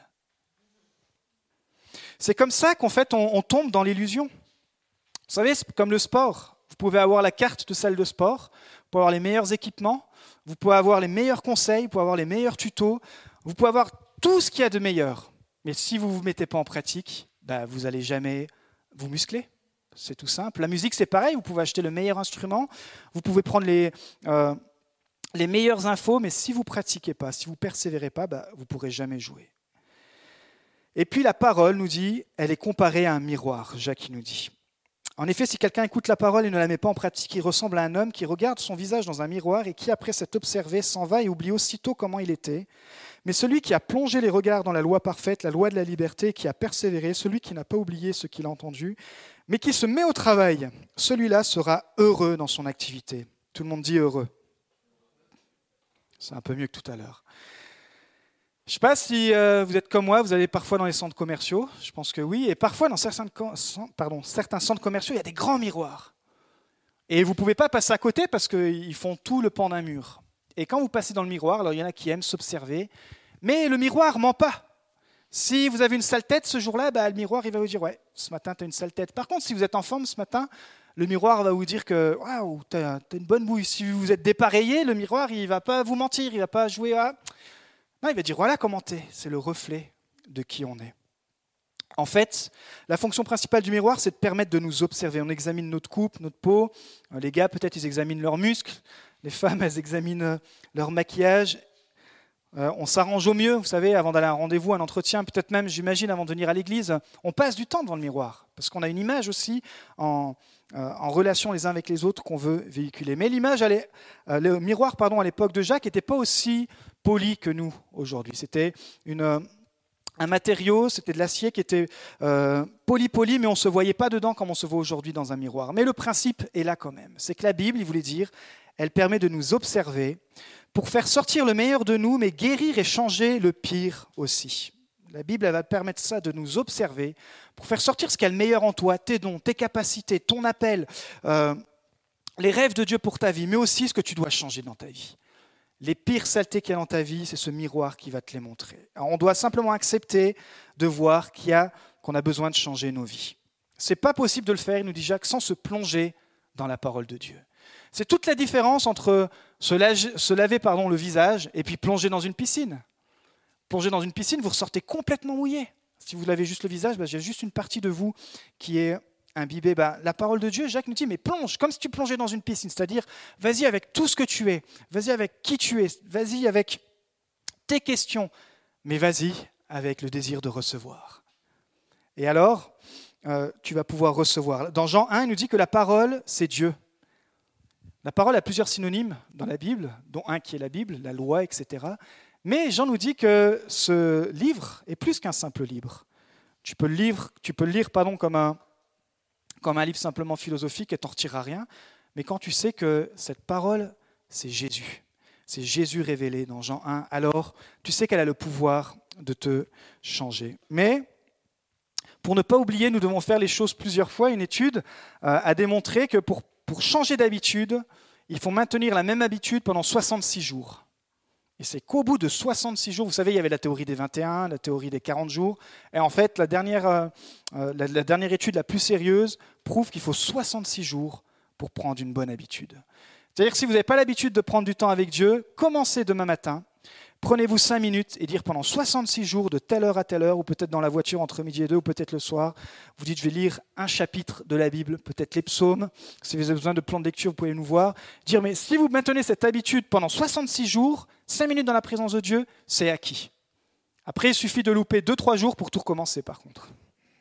C'est comme ça qu'en fait, on, on tombe dans l'illusion. Vous savez, c'est comme le sport. Vous pouvez avoir la carte de salle de sport, vous pouvez avoir les meilleurs équipements, vous pouvez avoir les meilleurs conseils, vous pouvez avoir les meilleurs tutos, vous pouvez avoir tout ce qu'il y a de meilleur. Mais si vous ne vous mettez pas en pratique, bah, vous n'allez jamais vous muscler. C'est tout simple. La musique, c'est pareil. Vous pouvez acheter le meilleur instrument, vous pouvez prendre les, euh, les meilleures infos, mais si vous ne pratiquez pas, si vous ne persévérez pas, bah, vous ne pourrez jamais jouer. Et puis la parole nous dit, elle est comparée à un miroir, Jacques nous dit. En effet, si quelqu'un écoute la parole et ne la met pas en pratique, il ressemble à un homme qui regarde son visage dans un miroir et qui, après s'être observé, s'en va et oublie aussitôt comment il était. Mais celui qui a plongé les regards dans la loi parfaite, la loi de la liberté, qui a persévéré, celui qui n'a pas oublié ce qu'il a entendu, mais qui se met au travail, celui-là sera heureux dans son activité. Tout le monde dit heureux. C'est un peu mieux que tout à l'heure. Je ne sais pas si euh, vous êtes comme moi, vous allez parfois dans les centres commerciaux, je pense que oui, et parfois dans certains, pardon, certains centres commerciaux, il y a des grands miroirs. Et vous ne pouvez pas passer à côté parce qu'ils font tout le pan d'un mur. Et quand vous passez dans le miroir, alors il y en a qui aiment s'observer, mais le miroir ne ment pas. Si vous avez une sale tête ce jour-là, bah, le miroir il va vous dire « ouais, ce matin tu as une sale tête ». Par contre, si vous êtes en forme ce matin, le miroir va vous dire que « waouh, tu as une bonne bouille ». Si vous êtes dépareillé, le miroir il ne va pas vous mentir, il ne va pas jouer à… Non, il va dire, voilà comment t'es, c'est le reflet de qui on est. En fait, la fonction principale du miroir, c'est de permettre de nous observer. On examine notre coupe, notre peau. Les gars, peut-être, ils examinent leurs muscles. Les femmes, elles examinent leur maquillage. Euh, on s'arrange au mieux, vous savez, avant d'aller à un rendez-vous, un entretien, peut-être même, j'imagine, avant de venir à l'église. On passe du temps devant le miroir, parce qu'on a une image aussi en, euh, en relation les uns avec les autres qu'on veut véhiculer. Mais l'image, elle est, euh, le miroir pardon, à l'époque de Jacques n'était pas aussi poli que nous aujourd'hui. C'était une, euh, un matériau, c'était de l'acier qui était euh, poli-poli, mais on ne se voyait pas dedans comme on se voit aujourd'hui dans un miroir. Mais le principe est là quand même. C'est que la Bible, il voulait dire, elle permet de nous observer pour faire sortir le meilleur de nous, mais guérir et changer le pire aussi. La Bible, elle va permettre ça, de nous observer pour faire sortir ce qu'il y a de meilleur en toi, tes dons, tes capacités, ton appel, euh, les rêves de Dieu pour ta vie, mais aussi ce que tu dois changer dans ta vie. Les pires saletés qu'il y a dans ta vie, c'est ce miroir qui va te les montrer. Alors, on doit simplement accepter de voir qu'il y a, qu'on a besoin de changer nos vies. Ce n'est pas possible de le faire, il nous dit Jacques, sans se plonger dans la parole de Dieu. C'est toute la différence entre se laver, se laver pardon, le visage et puis plonger dans une piscine. Plonger dans une piscine, vous ressortez complètement mouillé. Si vous lavez juste le visage, bah, il y a juste une partie de vous qui est imbibée. Bah, la parole de Dieu, Jacques nous dit, mais plonge, comme si tu plongeais dans une piscine. C'est-à-dire, vas-y avec tout ce que tu es, vas-y avec qui tu es, vas-y avec tes questions, mais vas-y avec le désir de recevoir. Et alors, euh, tu vas pouvoir recevoir. Dans Jean un, il nous dit que la parole, c'est Dieu. La parole a plusieurs synonymes dans la Bible, dont un qui est la Bible, la loi, et cetera. Mais Jean nous dit que ce livre est plus qu'un simple livre. Tu peux le lire, tu peux le lire pardon, comme un, comme un livre simplement philosophique et t'en retireras rien. Mais quand tu sais que cette parole, c'est Jésus, c'est Jésus révélé dans Jean un, alors tu sais qu'elle a le pouvoir de te changer. Mais pour ne pas oublier, nous devons faire les choses plusieurs fois. Une étude euh, a démontré que pour, pour changer d'habitude, il faut maintenir la même habitude pendant soixante-six jours. Et c'est qu'au bout de soixante-six jours, vous savez, il y avait la théorie des vingt et un, la théorie des quarante jours. Et en fait, la dernière, euh, la, la dernière étude la plus sérieuse prouve qu'il faut soixante-six jours pour prendre une bonne habitude. C'est-à-dire que si vous n'avez pas l'habitude de prendre du temps avec Dieu, commencez demain matin. Prenez-vous cinq minutes et dire pendant soixante-six jours, de telle heure à telle heure, ou peut-être dans la voiture entre midi et deux, ou peut-être le soir, vous dites, je vais lire un chapitre de la Bible, peut-être les psaumes. Si vous avez besoin de plan de lecture, vous pouvez nous voir. Dire, mais si vous maintenez cette habitude pendant soixante-six jours, cinq minutes dans la présence de Dieu, c'est acquis. Après, il suffit de louper deux trois jours pour tout recommencer, par contre.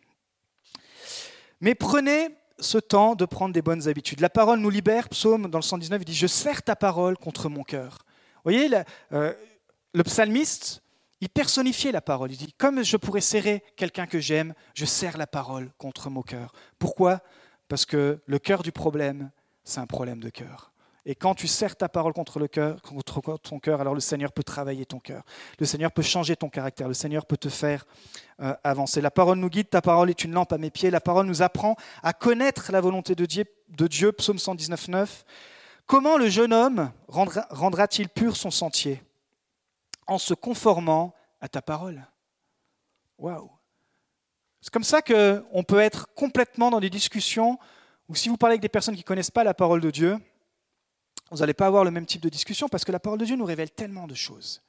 Mais prenez ce temps de prendre des bonnes habitudes. La parole nous libère. Psaume, dans le cent dix-neuf, il dit, je serre ta parole contre mon cœur. Vous voyez, la, euh, le psalmiste, il personnifiait la parole. Il dit, comme je pourrais serrer quelqu'un que j'aime, je serre la parole contre mon cœur. Pourquoi ? Parce que le cœur du problème, c'est un problème de cœur. Et quand tu serres ta parole contre le cœur, contre ton cœur, alors le Seigneur peut travailler ton cœur. Le Seigneur peut changer ton caractère. Le Seigneur peut te faire euh, avancer. La parole nous guide, ta parole est une lampe à mes pieds. La parole nous apprend à connaître la volonté de Dieu. De Dieu, Psaume cent dix-neuf, neuf. Comment le jeune homme rendra, rendra-t-il pur son sentier ? En se conformant à ta parole. Waouh ! C'est comme ça qu'on peut être complètement dans des discussions où si vous parlez avec des personnes qui ne connaissent pas la parole de Dieu, vous n'allez pas avoir le même type de discussion parce que la parole de Dieu nous révèle tellement de choses.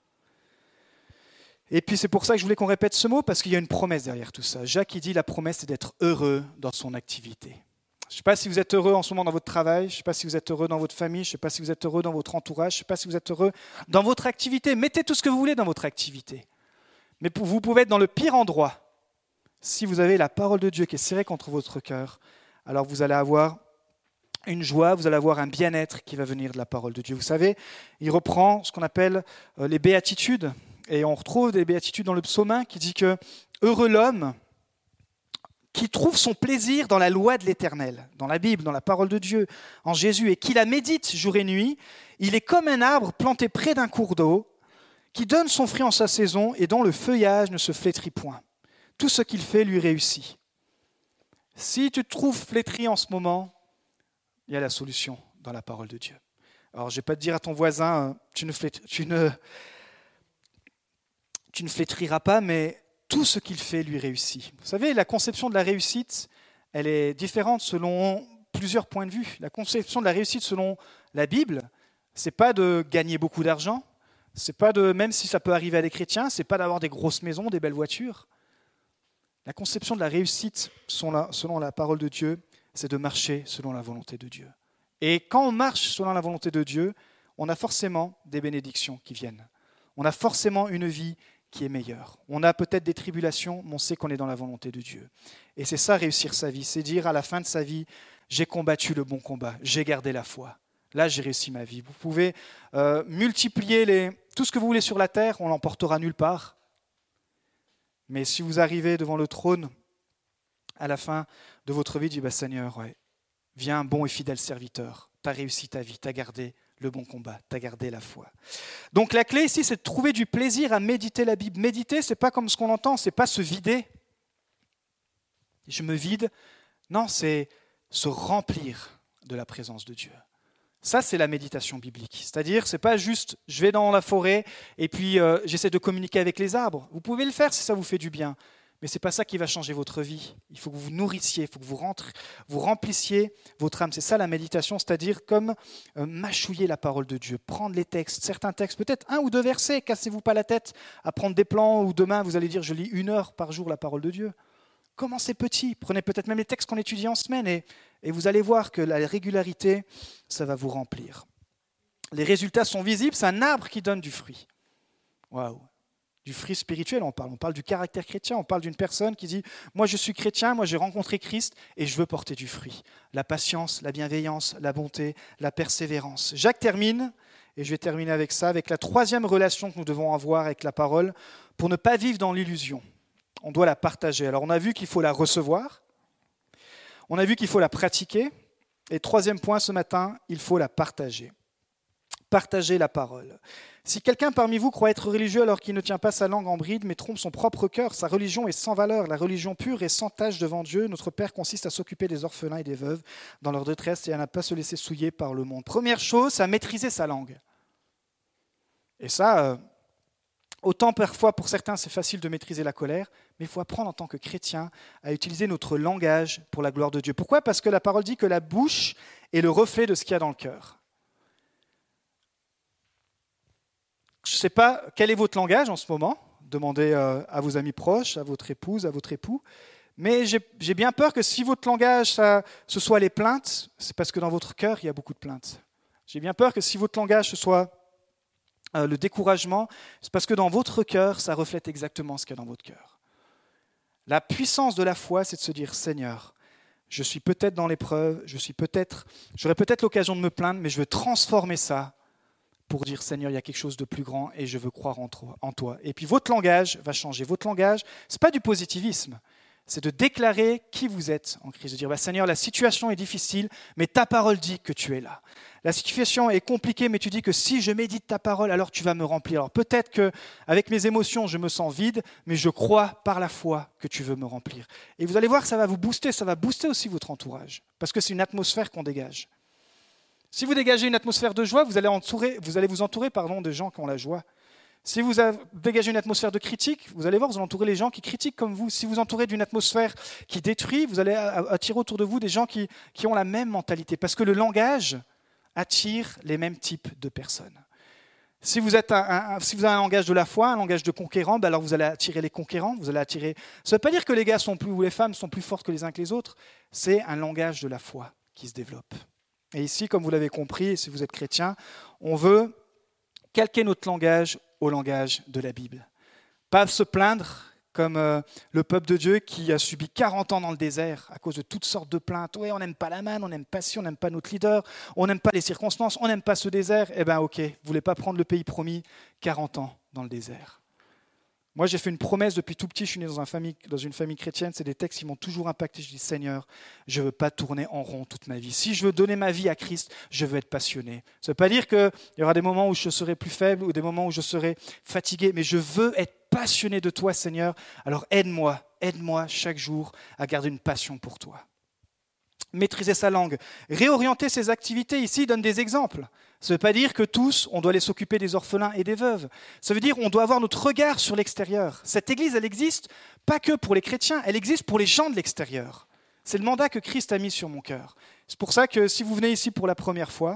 Et puis c'est pour ça que je voulais qu'on répète ce mot parce qu'il y a une promesse derrière tout ça. Jacques, il dit la promesse, c'est d'être heureux dans son activité. Je ne sais pas si vous êtes heureux en ce moment dans votre travail, je ne sais pas si vous êtes heureux dans votre famille, je ne sais pas si vous êtes heureux dans votre entourage, je ne sais pas si vous êtes heureux dans votre activité. Mettez tout ce que vous voulez dans votre activité. Mais vous pouvez être dans le pire endroit. Si vous avez la parole de Dieu qui est serrée contre votre cœur, alors vous allez avoir une joie, vous allez avoir un bien-être qui va venir de la parole de Dieu. Vous savez, il reprend ce qu'on appelle les béatitudes. Et on retrouve des béatitudes dans le psaume un qui dit que « Heureux l'homme » qui trouve son plaisir dans la loi de l'Éternel, dans la Bible, dans la parole de Dieu, en Jésus, et qui la médite jour et nuit, il est comme un arbre planté près d'un cours d'eau, qui donne son fruit en sa saison et dont le feuillage ne se flétrit point. Tout ce qu'il fait lui réussit. Si tu te trouves flétri en ce moment, il y a la solution dans la parole de Dieu. Alors, je ne vais pas te dire à ton voisin, tu ne, flétri, tu ne, tu ne flétriras pas, mais tout ce qu'il fait lui réussit. Vous savez, la conception de la réussite, elle est différente selon plusieurs points de vue. La conception de la réussite selon la Bible, c'est pas de gagner beaucoup d'argent, c'est pas de, même si ça peut arriver à des chrétiens, c'est pas d'avoir des grosses maisons, des belles voitures. La conception de la réussite selon la, selon la parole de Dieu, c'est de marcher selon la volonté de Dieu. Et quand on marche selon la volonté de Dieu, on a forcément des bénédictions qui viennent. On a forcément une vie qui est meilleure. On a peut-être des tribulations, mais on sait qu'on est dans la volonté de Dieu. Et c'est ça, réussir sa vie. C'est dire à la fin de sa vie, j'ai combattu le bon combat, j'ai gardé la foi. Là, j'ai réussi ma vie. Vous pouvez euh, multiplier les... tout ce que vous voulez sur la terre, on l'emportera nulle part. Mais si vous arrivez devant le trône, à la fin de votre vie, dites bah, « Seigneur, ouais, viens, bon et fidèle serviteur, tu as réussi ta vie, tu as gardé le bon combat, tu as gardé la foi. » Donc la clé ici, c'est de trouver du plaisir à méditer la Bible. Méditer, ce n'est pas comme ce qu'on entend, ce n'est pas se vider. Je me vide. Non, c'est se remplir de la présence de Dieu. Ça, c'est la méditation biblique. C'est-à-dire, ce n'est pas juste « je vais dans la forêt et puis euh, j'essaie de communiquer avec les arbres ». Vous pouvez le faire si ça vous fait du bien. Mais ce n'est pas ça qui va changer votre vie. Il faut que vous vous nourrissiez, il faut que vous, rentrez, vous remplissiez votre âme. C'est ça la méditation, c'est-à-dire comme euh, mâchouiller la parole de Dieu, prendre les textes, certains textes, peut-être un ou deux versets, cassez-vous pas la tête à prendre des plans ou demain vous allez dire je lis une heure par jour la parole de Dieu. Commencez petit, prenez peut-être même les textes qu'on étudie en semaine et, et vous allez voir que la régularité, ça va vous remplir. Les résultats sont visibles, c'est un arbre qui donne du fruit. Waouh! Du fruit spirituel, on parle. On parle du caractère chrétien. On parle d'une personne qui dit « Moi, je suis chrétien, moi, j'ai rencontré Christ et je veux porter du fruit. » La patience, la bienveillance, la bonté, la persévérance. Jacques termine, et je vais terminer avec ça, avec la troisième relation que nous devons avoir avec la parole pour ne pas vivre dans l'illusion. On doit la partager. Alors, on a vu qu'il faut la recevoir. On a vu qu'il faut la pratiquer. Et troisième point ce matin, il faut la partager. Partager la parole. Si quelqu'un parmi vous croit être religieux alors qu'il ne tient pas sa langue en bride, mais trompe son propre cœur, sa religion est sans valeur. La religion pure est sans tache devant Dieu. Notre Père consiste à s'occuper des orphelins et des veuves dans leur détresse et à ne pas se laisser souiller par le monde. Première chose, c'est à maîtriser sa langue. Et ça, euh, autant parfois pour certains c'est facile de maîtriser la colère, mais il faut apprendre en tant que chrétien à utiliser notre langage pour la gloire de Dieu. Pourquoi ? Parce que la parole dit que la bouche est le reflet de ce qu'il y a dans le cœur. Je ne sais pas quel est votre langage en ce moment, demandez euh, à vos amis proches, à votre épouse, à votre époux, mais j'ai, j'ai bien peur que si votre langage, ça, ce soit les plaintes, c'est parce que dans votre cœur, il y a beaucoup de plaintes. J'ai bien peur que si votre langage, ce soit euh, le découragement, c'est parce que dans votre cœur, ça reflète exactement ce qu'il y a dans votre cœur. La puissance de la foi, c'est de se dire, Seigneur, je suis peut-être dans l'épreuve, je suis peut-être, j'aurai peut-être l'occasion de me plaindre, mais je veux transformer ça pour dire, Seigneur, il y a quelque chose de plus grand et je veux croire en toi. En toi. Et puis votre langage va changer. Votre langage, ce n'est pas du positivisme, c'est de déclarer qui vous êtes en Christ. De dire, bah, Seigneur, la situation est difficile, mais ta parole dit que tu es là. La situation est compliquée, mais tu dis que si je médite ta parole, alors tu vas me remplir. Alors peut-être qu'avec mes émotions, je me sens vide, mais je crois par la foi que tu veux me remplir. Et vous allez voir, ça va vous booster, ça va booster aussi votre entourage, parce que c'est une atmosphère qu'on dégage. Si vous dégagez une atmosphère de joie, vous allez, entourer, vous, allez vous entourer pardon, de gens qui ont la joie. Si vous dégagez une atmosphère de critique, vous allez voir, vous allez entourer les gens qui critiquent comme vous. Si vous entourez d'une atmosphère qui détruit, vous allez attirer autour de vous des gens qui, qui ont la même mentalité. Parce que le langage attire les mêmes types de personnes. Si vous, êtes un, un, si vous avez un langage de la foi, un langage de conquérant, ben alors vous allez attirer les conquérants. Vous allez attirer... Ça ne veut pas dire que les gars sont plus, ou les femmes sont plus fortes que les uns que les autres. C'est un langage de la foi qui se développe. Et ici, comme vous l'avez compris, si vous êtes chrétien, on veut calquer notre langage au langage de la Bible. Pas se plaindre comme euh, le peuple de Dieu qui a subi quarante ans dans le désert à cause de toutes sortes de plaintes. Oui, on n'aime pas la manne, on n'aime pas ci, on n'aime pas notre leader, on n'aime pas les circonstances, on n'aime pas ce désert. Eh bien ok, vous ne voulez pas prendre le pays promis, quarante ans dans le désert. Moi, j'ai fait une promesse depuis tout petit, je suis né dans une famille, dans une famille chrétienne, c'est des textes qui m'ont toujours impacté. Je dis, Seigneur, je ne veux pas tourner en rond toute ma vie. Si je veux donner ma vie à Christ, je veux être passionné. Ça ne veut pas dire qu'il y aura des moments où je serai plus faible ou des moments où je serai fatigué, mais je veux être passionné de toi, Seigneur. Alors aide-moi, aide-moi chaque jour à garder une passion pour toi. Maîtriser sa langue, réorienter ses activités. Ici, il donne des exemples. Ça ne veut pas dire que tous, on doit aller s'occuper des orphelins et des veuves. Ça veut dire qu'on doit avoir notre regard sur l'extérieur. Cette église, elle existe pas que pour les chrétiens, elle existe pour les gens de l'extérieur. C'est le mandat que Christ a mis sur mon cœur. C'est pour ça que si vous venez ici pour la première fois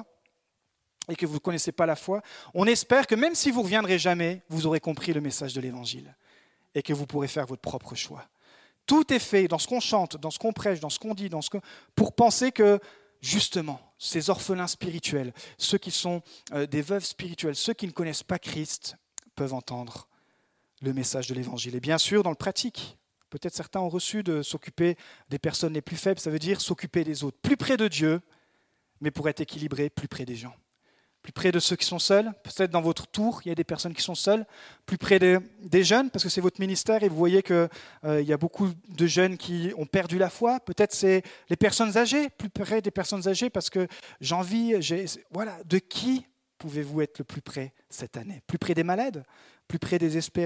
et que vous ne connaissez pas la foi, on espère que même si vous ne reviendrez jamais, vous aurez compris le message de l'Évangile et que vous pourrez faire votre propre choix. Tout est fait dans ce qu'on chante, dans ce qu'on prêche, dans ce qu'on dit, dans ce que... pour penser que, justement, ces orphelins spirituels, ceux qui sont euh, des veuves spirituelles, ceux qui ne connaissent pas Christ, peuvent entendre le message de l'Évangile. Et bien sûr, dans le pratique, peut-être certains ont reçu de s'occuper des personnes les plus faibles, ça veut dire s'occuper des autres, plus près de Dieu, mais pour être équilibré, plus près des gens. Plus près de ceux qui sont seuls, peut-être dans votre tour, il y a des personnes qui sont seules, plus près des, des jeunes, parce que c'est votre ministère et vous voyez qu'il euh, y a beaucoup de jeunes qui ont perdu la foi, peut-être c'est les personnes âgées, plus près des personnes âgées, parce que j'ai envie, j'ai, voilà, de qui pouvez-vous être le plus près cette année ? Plus près des malades ? Plus près des désespérés ?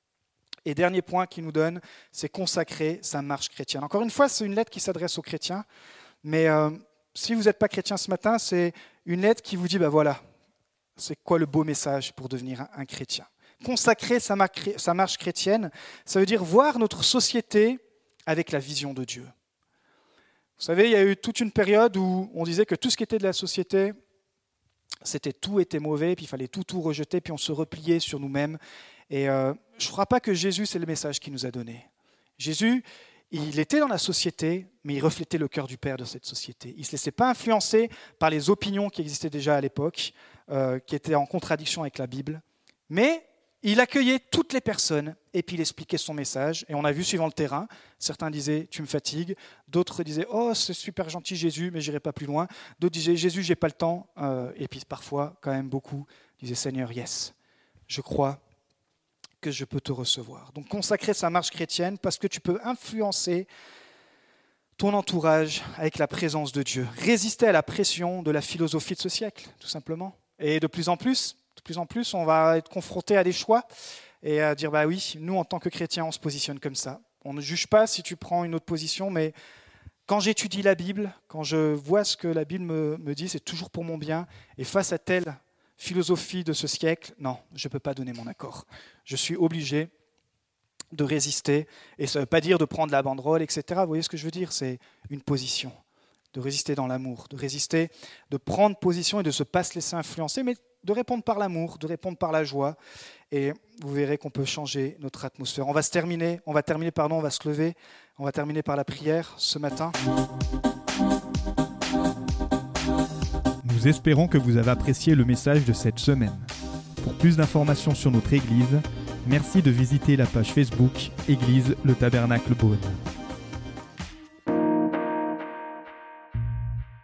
Et dernier point qu'il nous donne, c'est consacrer sa marche chrétienne. Encore une fois, c'est une lettre qui s'adresse aux chrétiens, mais euh, si vous n'êtes pas chrétien ce matin, c'est une lettre qui vous dit, ben voilà, c'est quoi le beau message pour devenir un, un chrétien. Consacrer sa, mar- sa marche chrétienne, ça veut dire voir notre société avec la vision de Dieu. Vous savez, il y a eu toute une période où on disait que tout ce qui était de la société, c'était tout était mauvais, puis il fallait tout, tout rejeter, puis on se repliait sur nous-mêmes. Et euh, je ne crois pas que Jésus, c'est le message qu'il nous a donné. Jésus, il était dans la société, mais il reflétait le cœur du Père de cette société. Il ne se laissait pas influencer par les opinions qui existaient déjà à l'époque, euh, qui étaient en contradiction avec la Bible. Mais il accueillait toutes les personnes et puis il expliquait son message. Et on a vu suivant le terrain, certains disaient « tu me fatigues », d'autres disaient « oh, c'est super gentil Jésus, mais je n'irai pas plus loin ». D'autres disaient « Jésus, je n'ai pas le temps euh, ». Et puis parfois, quand même beaucoup, disaient « Seigneur, yes, je crois que je peux te recevoir ». Donc consacrer sa marche chrétienne parce que tu peux influencer ton entourage avec la présence de Dieu. Résister à la pression de la philosophie de ce siècle, tout simplement. Et de plus en plus, de plus en plus, on va être confronté à des choix et à dire, bah oui, nous, en tant que chrétiens, on se positionne comme ça. On ne juge pas si tu prends une autre position, mais quand j'étudie la Bible, quand je vois ce que la Bible me, me dit, c'est toujours pour mon bien. Et face à telle philosophie de ce siècle, non, je ne peux pas donner mon accord. Je suis obligé de résister. Et ça ne veut pas dire de prendre la banderole, et cetera. Vous voyez ce que je veux dire ? C'est une position. De résister dans l'amour, de résister, de prendre position et de ne pas se laisser influencer, mais de répondre par l'amour, de répondre par la joie. Et vous verrez qu'on peut changer notre atmosphère. On va se terminer, on va terminer, pardon, on va se lever, on va terminer par la prière ce matin. Nous espérons que vous avez apprécié le message de cette semaine. Pour plus d'informations sur notre Église, merci de visiter la page Facebook Église le Tabernacle Beaune.